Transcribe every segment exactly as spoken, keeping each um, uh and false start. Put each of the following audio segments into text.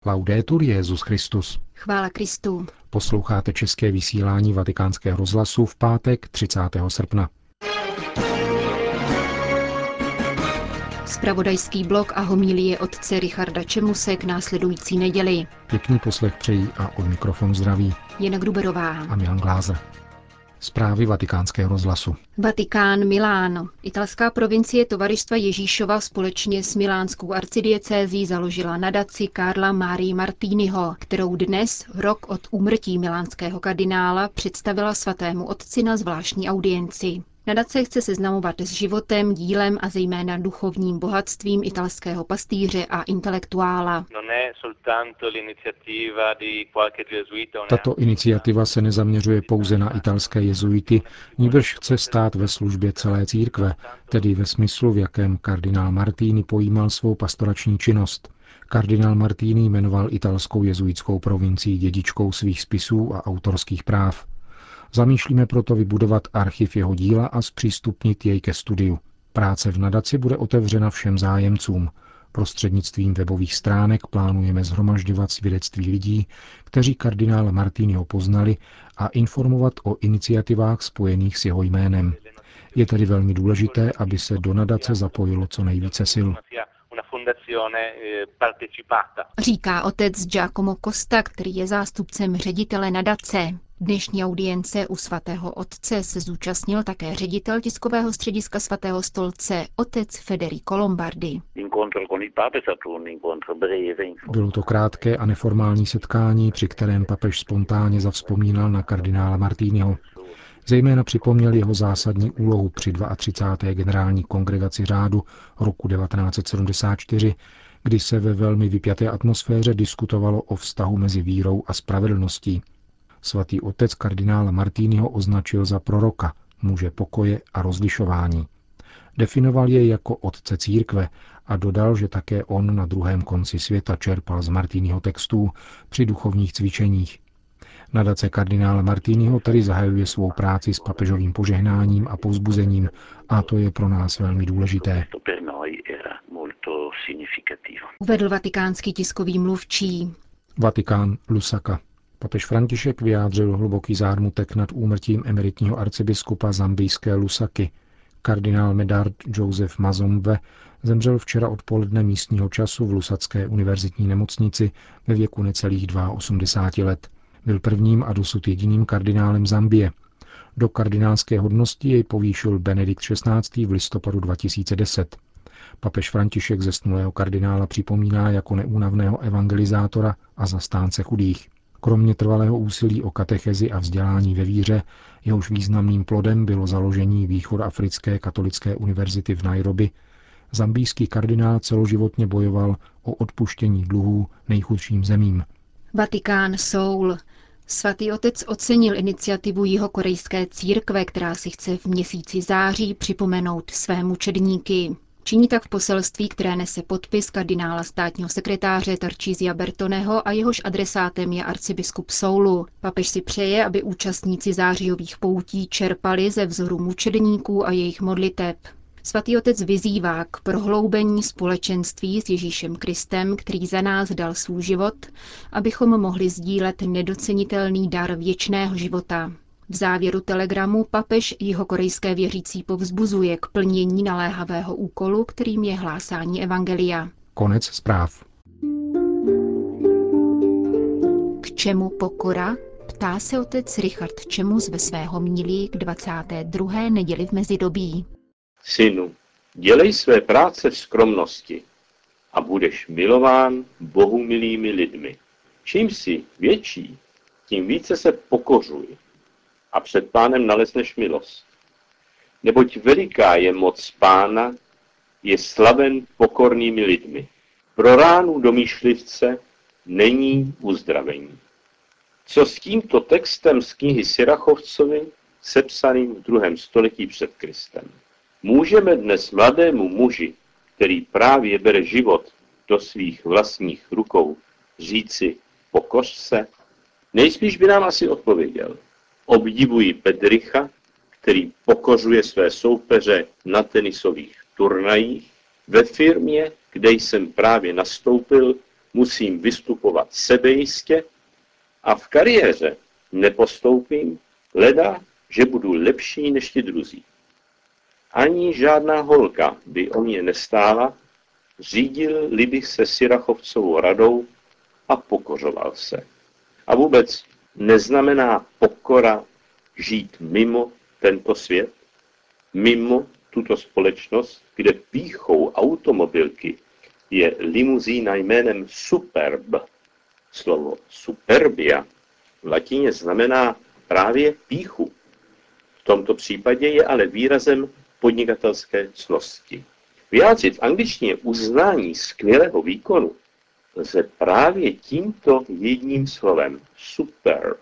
Laudetur Jesus Christus. Chvála Kristu. Posloucháte české vysílání Vatikánského rozhlasu v pátek třicátého srpna. Zpravodajský blok a homilie otce Richarda Čemuse k následující neděli. Pěkný poslech přejí a od mikrofonu zdraví Jana Gruberová a Milan Glázer. Zprávy Vatikánského rozhlasu. Vatikán, Milán. Italská provincie Tovaristva Ježíšova společně s milánskou arcidiecézí založila nadaci Carla Marii Martiniho, kterou dnes, rok od úmrtí milánského kardinála, představila svatému otci na zvláštní audienci. Nadace chce seznamovat s životem, dílem a zejména duchovním bohatstvím italského pastýře a intelektuála. Tato iniciativa se nezaměřuje pouze na italské jezuity, nýbrž chce stát ve službě celé církve, tedy ve smyslu, v jakém kardinál Martini pojímal svou pastorační činnost. Kardinál Martini jmenoval italskou jezuitskou provincii dědičkou svých spisů a autorských práv. Zamýšlíme proto vybudovat archiv jeho díla a zpřístupnit jej ke studiu. Práce v nadaci bude otevřena všem zájemcům. Prostřednictvím webových stránek plánujeme shromažďovat svědectví lidí, kteří kardinála Martiniho poznali, a informovat o iniciativách spojených s jeho jménem. Je tedy velmi důležité, aby se do nadace zapojilo co nejvíce sil. Říká otec Giacomo Costa, který je zástupcem ředitele nadace. Dnešní audience u svatého otce se zúčastnil také ředitel tiskového střediska svatého stolce, otec Federico Lombardi. Bylo to krátké a neformální setkání, při kterém papež spontánně zavzpomínal na kardinála Martiniho. Zejména připomněl jeho zásadní úlohu při třicáté druhé generální kongregaci řádu roku devatenáct set sedmdesát čtyři, kdy se ve velmi vypjaté atmosféře diskutovalo o vztahu mezi vírou a spravedlností. Svatý otec kardinála Martiniho označil za proroka, muže pokoje a rozlišování. Definoval jej jako otce církve a dodal, že také on na druhém konci světa čerpal z Martiniho textů při duchovních cvičeních. Nadace kardinála Martiniho tedy zahajuje svou práci s papežovým požehnáním a povzbuzením a to je pro nás velmi důležité. Uvedl vatikánský tiskový mluvčí. Vatikán, Lusaka. Papež František vyjádřil hluboký zármutek nad úmrtím emeritního arcibiskupa zambijské Lusaky. Kardinál Medard Joseph Mazombe zemřel včera odpoledne místního času v Lusacké univerzitní nemocnici ve věku necelých osmdesáti dvou let. Byl prvním a dosud jediným kardinálem Zambie. Do kardinálské hodnosti jej povýšil Benedikt šestnáctý v listopadu dva tisíce deset. Papež František zesnulého kardinála připomíná jako neúnavného evangelizátora a zastánce chudých. Kromě trvalého úsilí o katechezi a vzdělání ve víře, jehož významným plodem bylo založení Východoafrické katolické univerzity v Nairobi, zambijský kardinál celoživotně bojoval o odpuštění dluhů nejchudším zemím. Vatikán, Soul. Svatý otec ocenil iniciativu jihokorejské církve, která si chce v měsíci září připomenout své mučedníky. Činí tak v poselství, které nese podpis kardinála státního sekretáře Tarcísia Bertoneho a jehož adresátem je arcibiskup Soulu. Papež si přeje, aby účastníci zářijových poutí čerpali ze vzoru mučedníků a jejich modliteb. Svatý otec vyzývá k prohloubení společenství s Ježíšem Kristem, který za nás dal svůj život, abychom mohli sdílet nedocenitelný dar věčného života. V závěru telegramu papež jihokorejské věřící povzbuzuje k plnění naléhavého úkolu, kterým je hlásání evangelia. Konec zpráv. K čemu pokora? Ptá se otec Richard Čemus ve své homílii k dvacáté druhé neděli v mezidobí. Synu, dělej své práce v skromnosti a budeš milován Bohu milými lidmi. Čím jsi větší, tím více se pokořuj a před Pánem nalezneš milost. Neboť veliká je moc Pána, je slaven pokornými lidmi. Pro ránu domýšlivce není uzdravení. Co s tímto textem z knihy Sirachovcovi, sepsaným v druhém století před Kristem? Můžeme dnes mladému muži, který právě bere život do svých vlastních rukou, říci pokoř se? Nejspíš by nám asi odpověděl. Obdivuji Bedřicha, který pokořuje své soupeře na tenisových turnajích. Ve firmě, kde jsem právě nastoupil, musím vystupovat sebejistě a v kariéře nepostoupím, leda, že budu lepší než ti druzí. Ani žádná holka by o mě nestála, řídil-li bych se Sirachovcovou radou a pokořoval se. A vůbec neznamená pokora žít mimo tento svět, mimo tuto společnost, kde pýchou automobilky je limuzína jménem Superb. Slovo superbia v latině znamená právě pýchu. V tomto případě je ale výrazem podnikatelské cnosti. Vyjádřit v angličtině uznání skvělého výkonu lze právě tímto jedním slovem super.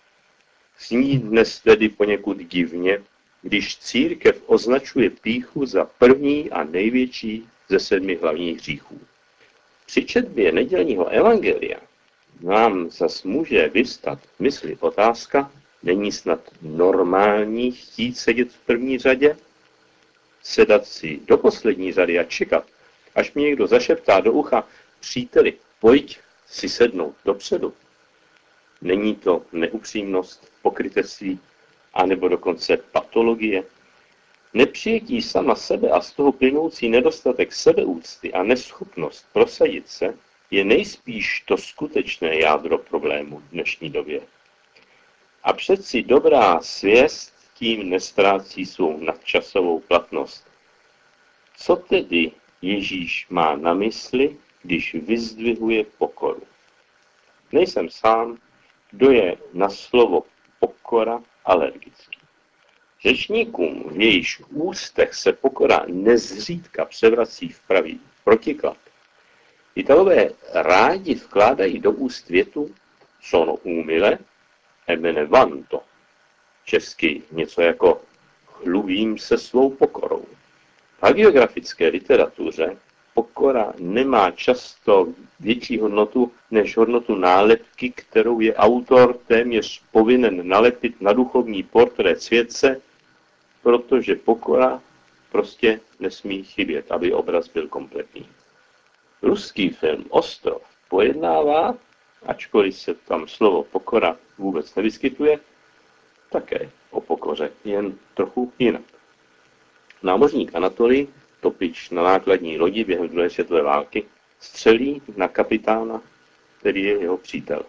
Zní dnes tedy poněkud divně, když církev označuje pýchu za první a největší ze sedmi hlavních hříchů. Při četbě nedělního evangelia nám zas může vyvstat v mysli otázka, není snad normální chtít sedět v první řadě? Sedat si do poslední řady a čekat, až mi někdo zašeptá do ucha, příteli, pojď si sednout dopředu. Není to neupřímnost, pokrytectví, anebo dokonce patologie? Nepřijetí sama sebe a z toho plynoucí nedostatek sebeúcty a neschopnost prosadit se je nejspíš to skutečné jádro problému v dnešní době. A přeci dobrá svěst tím nestrácí svou nadčasovou platnost. Co tedy Ježíš má na mysli, když vyzdvihuje pokoru? Nejsem sám, kdo je na slovo pokora alergický. Řečníkům, v jejíž ústech se pokora nezřídka převrací v pravý protiklad, Italové rádi vkládají do úst větu sono umile e me ne vanto. Česky něco jako chlubím se svou pokorou. V hagiografické literatuře pokora nemá často větší hodnotu než hodnotu nálepky, kterou je autor téměř povinen nalepit na duchovní portrét světce, protože pokora prostě nesmí chybět, aby obraz byl kompletní. Ruský film Ostrov pojednává, ačkoliv se tam slovo pokora vůbec nevyskytuje, také o pokoře, jen trochu jinak. Námořník Anatolij, topič na nákladní lodi během druhé světové války, střelí na kapitána, který je jeho přítel.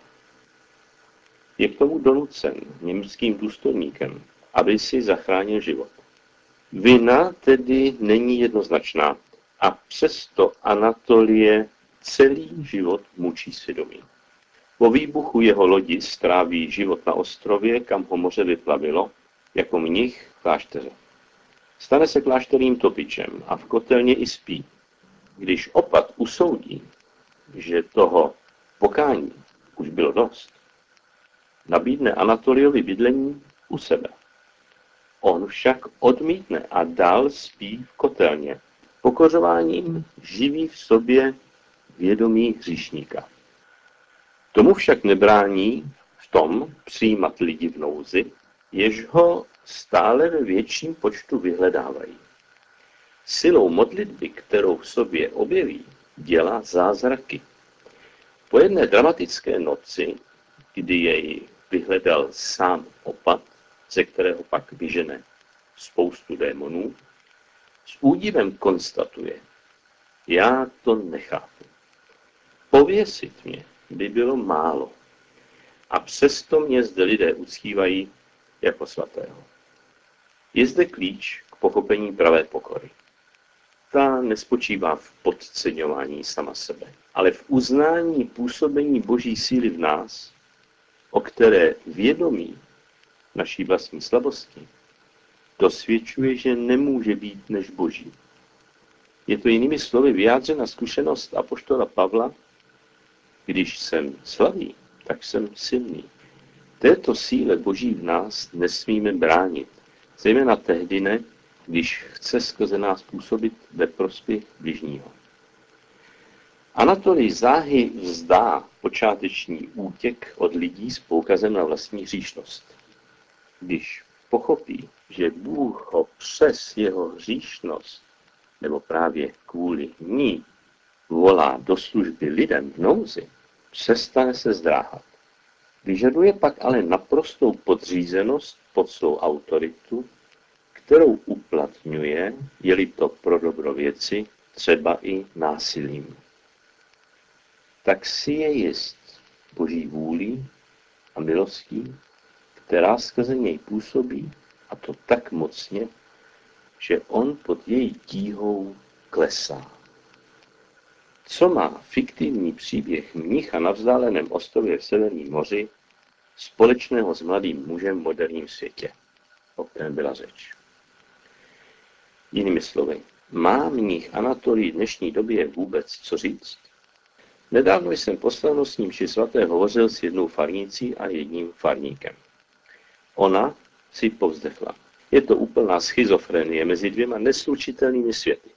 Je k tomu donucen německým důstojníkem, aby si zachránil život. Vina tedy není jednoznačná a přesto Anatolie celý život mučí svědomí. Po výbuchu jeho lodi stráví život na ostrově, kam ho moře vyplavilo, jako mnich v klášteře. Stane se klášterním topičem a v kotelně i spí. Když opat usoudí, že toho pokání už bylo dost, nabídne Anatoliovi bydlení u sebe. On však odmítne a dál spí v kotelně. Pokořováním živí v sobě vědomí hříšníka. Tomu však nebrání v tom přijímat lidi v nouzi, jež ho stále ve větším počtu vyhledávají. Silou modlitby, kterou v sobě objeví, dělá zázraky. Po jedné dramatické noci, kdy jej vyhledal sám opat, ze kterého pak vyžene spoustu démonů, s údivem konstatuje, já to nechápu. Pověsit mě by bylo málo. A přesto mě zde lidé uctívají jako svatého. Je zde klíč k pochopení pravé pokory. Ta nespočívá v podceňování sama sebe, ale v uznání působení Boží síly v nás, o které vědomí naší vlastní slabosti dosvědčuje, že nemůže být než Boží. Je to jinými slovy vyjádřena zkušenost apoštola Pavla, když jsem slabý, tak jsem silný. Této síle Boží v nás nesmíme bránit, zejména tehdy ne, když chce skrze nás působit ve prospěch bližního. Anatolij záhy vzdá počáteční útěk od lidí s poukazem na vlastní hříšnost. Když pochopí, že Bůh ho přes jeho hříšnost, nebo právě kvůli ní, volá do služby lidem v nouzi, přestane se zdráhat. Vyžaduje pak ale naprostou podřízenost pod svou autoritu, kterou uplatňuje, je-li to pro dobro věci, třeba i násilím. Tak si je jist Boží vůlí a milostí, která skrze něj působí, a to tak mocně, že on pod její tíhou klesá. Co má fiktivní příběh mnicha na vzdáleném ostrově v Severním moři společného s mladým mužem v moderním světě, o kterém byla řeč? Jinými slovy, má mnich Anatolii v dnešní době vůbec co říct? Nedávno jsem po slavnostní mši svaté hovořil s jednou farnicí a jedním farníkem. Ona si povzdechla. Je to úplná schizofrenie mezi dvěma neslučitelnými světy.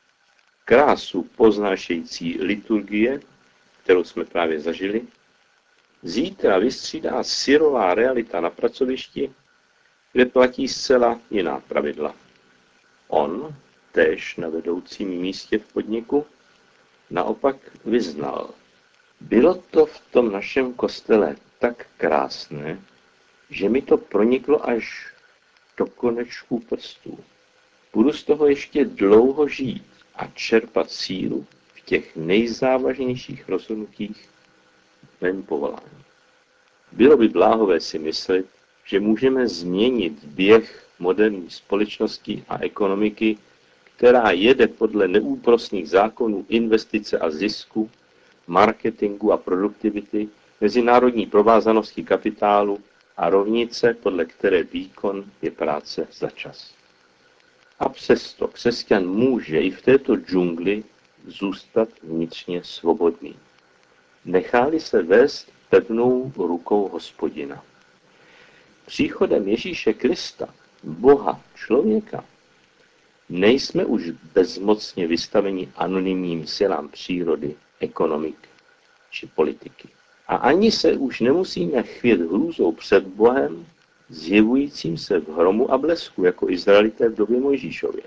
Krásu poznášející liturgie, kterou jsme právě zažili, zítra vystřídá syrová realita na pracovišti, kde platí zcela jiná pravidla. On, též na vedoucím místě v podniku, naopak vyznal. Bylo to v tom našem kostele tak krásné, že mi to proniklo až do konečků prstů. Budu z toho ještě dlouho žít a čerpat sílu v těch nejzávažnějších rozhodnutích mém povolání. Bylo by bláhové si myslet, že můžeme změnit běh moderní společnosti a ekonomiky, která jede podle neúprosných zákonů investice a zisku, marketingu a produktivity, mezinárodní provázanosti kapitálu a rovnice, podle které výkon je práce za čas. A přesto křesťan může i v této džungli zůstat vnitřně svobodný. Nechá-li se vést pevnou rukou Hospodina. Příchodem Ježíše Krista, Boha, člověka, nejsme už bezmocně vystaveni anonymním silám přírody, ekonomik či politiky. A ani se už nemusíme chvět hrůzou před Bohem, zjevujícím se v hromu a blesku, jako Izraelité v době Mojžíšově.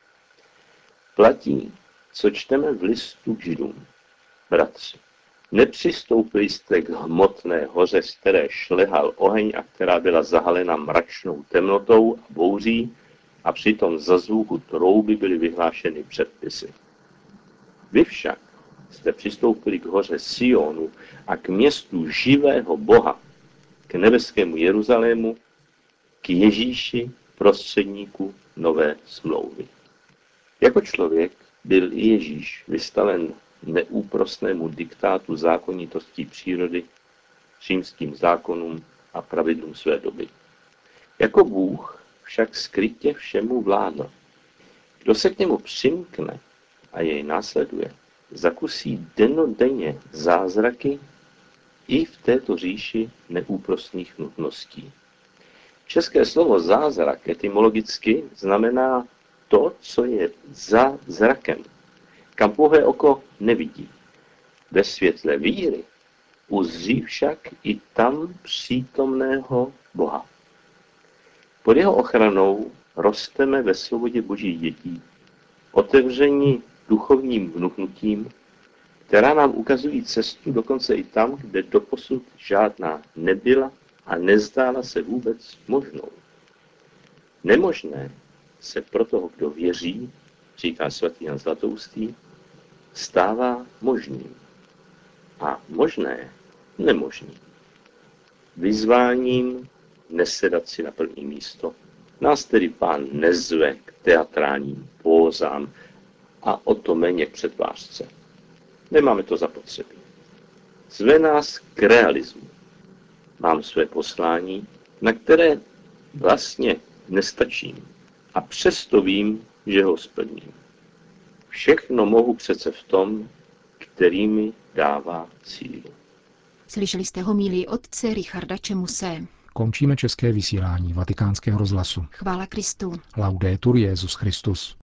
Platí, co čteme v listu k Židům. Bratři, nepřistoupili jste k hmotné hoře, z které šlehal oheň a která byla zahalena mračnou temnotou a bouří, a přitom za zvuku trouby byly vyhlášeny předpisy. Vy však jste přistoupili k hoře Sionu a k městu živého Boha, k nebeskému Jeruzalému, k Ježíši, prostředníku nové smlouvy. Jako člověk byl i Ježíš vystaven neúprosnému diktátu zákonitostí přírody, římským zákonům a pravidlům své doby. Jako Bůh však skrytě všemu vládl. Kdo se k němu přimkne a jej následuje, zakusí dennodenně zázraky i v této říši neúprosných nutností. České slovo zázrak etymologicky znamená to, co je za zrakem, kam pouhé oko nevidí. Ve světle víry uzří však i tam přítomného Boha. Pod jeho ochranou rosteme ve svobodě Božích dětí, otevření duchovním vnuknutím, která nám ukazují cestu dokonce i tam, kde doposud žádná nebyla a nezdála se vůbec možnou. Nemožné se pro toho, kdo věří, říká svatý Jan Zlatoustý, stává možným. A možné nemožný. Vyzváním nesedat si na první místo. Nás tedy Pán nezve k teatrálním pózám a o to méně k předvářce. Nemáme to zapotřebí. Zve nás k realismu. Mám své poslání, na které vlastně nestačím. A přesto vím, že ho splním. Všechno mohu přece v tom, který mi dává sílu. Slyšeli jste homílii otce Richarda Čemuse. Končíme české vysílání Vatikánského rozhlasu. Chvála Kristu. Laudetur Jesus Christus.